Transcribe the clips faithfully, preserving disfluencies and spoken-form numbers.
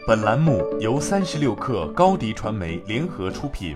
本栏目由三十六氪高迪传媒联合出品。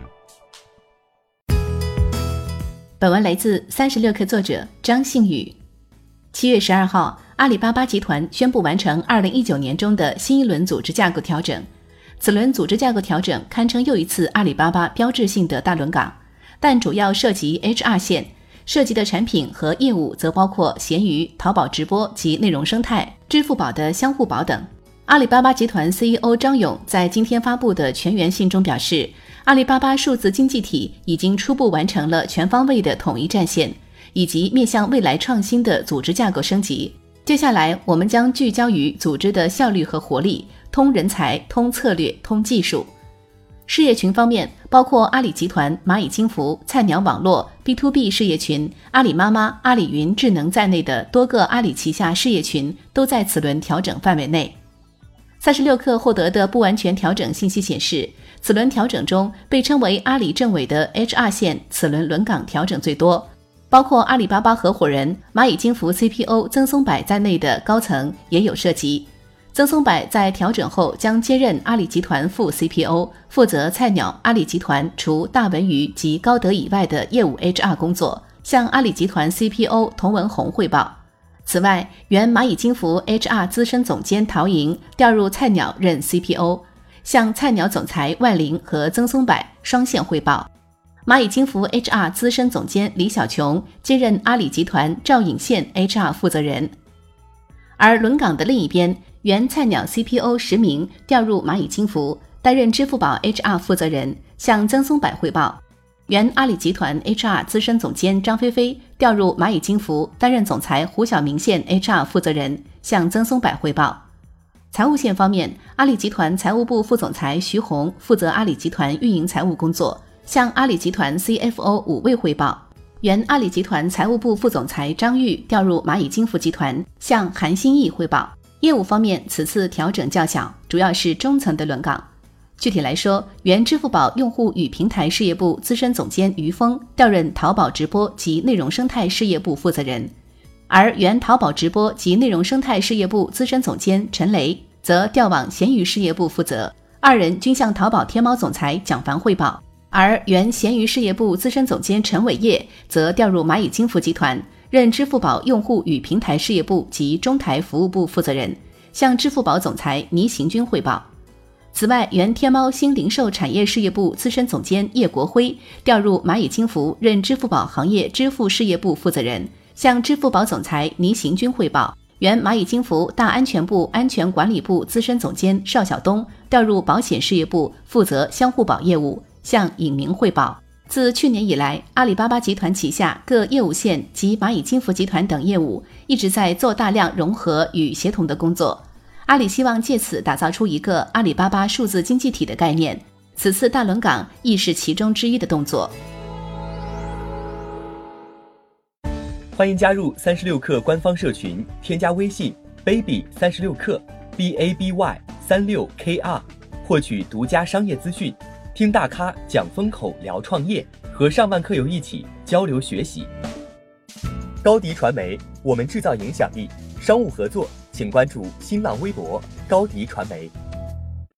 本文来自三十六氪作者张信宇。七月十二号，阿里巴巴集团宣布完成二零一九年中的新一轮组织架构调整。此轮组织架构调整堪称又一次阿里巴巴标志性的大轮岗，但主要涉及 H R 线，涉及的产品和业务则包括闲鱼、淘宝直播及内容生态、支付宝的相互宝等。阿里巴巴集团 C E O 张勇在今天发布的全员信中表示，阿里巴巴数字经济体已经初步完成了全方位的统一战线，以及面向未来创新的组织架构升级。接下来我们将聚焦于组织的效率和活力，通人才、通策略、通技术。事业群方面，包括阿里集团、蚂蚁金服、菜鸟网络、B to B 事业群、阿里妈妈、阿里云智能在内的多个阿里旗下事业群都在此轮调整范围内。三十六氪获得的不完全调整信息显示，此轮调整中被称为阿里政委的 H R 线此轮轮岗调整最多，包括阿里巴巴合伙人、蚂蚁金服 C P O 曾松柏在内的高层也有涉及。曾松柏在调整后将接任阿里集团副 C P O， 负责菜鸟阿里集团除大文娱及高德以外的业务 H R 工作，向阿里集团 C P O 童文红汇报。此外，原蚂蚁金服 H R 资深总监陶莹调入菜鸟任 C P O， 向菜鸟总裁万林和曾松柏双线汇报。蚂蚁金服 H R 资深总监李小琼接任阿里集团兆尹县 H R 负责人。而轮岗的另一边，原菜鸟 C P O 石明调入蚂蚁金服，担任支付宝 H R 负责人，向曾松柏汇报。原阿里集团 H R 资深总监张菲菲调入蚂蚁金服，担任总裁胡晓明县 H R 负责人，向曾松柏汇报。财务线方面，阿里集团财务部副总裁徐红负责阿里集团运营财务工作，向阿里集团 C F O 武卫汇报。原阿里集团财务部副总裁张玉调入蚂蚁金服集团，向韩新义汇报。业务方面，此次调整较小，主要是中层的轮岗。具体来说，原支付宝用户与平台事业部资深总监于峰调任淘宝直播及内容生态事业部负责人，而原淘宝直播及内容生态事业部资深总监陈雷则调往闲鱼事业部负责，二人均向淘宝天猫总裁蒋凡汇报。而原闲鱼事业部资深总监陈伟业则调入蚂蚁金服集团，任支付宝用户与平台事业部及中台服务部负责人，向支付宝总裁倪行军汇报。此外，原天猫新零售产业事业部资深总监叶国辉调入蚂蚁金服，任支付宝行业支付事业部负责人，向支付宝总裁倪行军汇报。原蚂蚁金服大安全部安全管理部资深总监邵晓东调入保险事业部，负责相互保业务，向尹明汇报。自去年以来，阿里巴巴集团旗下各业务线及蚂蚁金服集团等业务一直在做大量融合与协同的工作。阿里希望借此打造出一个阿里巴巴数字经济体的概念，此次大轮岗亦是其中之一的动作。 欢迎加入三十六氪官方社群，添加微信 baby 三十六氪 B A B Y 三六 K R， 获取独家商业资讯，听大咖讲风口，聊创业，和上万客友一起交流学习。高迪传媒，我们制造影响力。商务合作请关注新浪微博高迪传媒。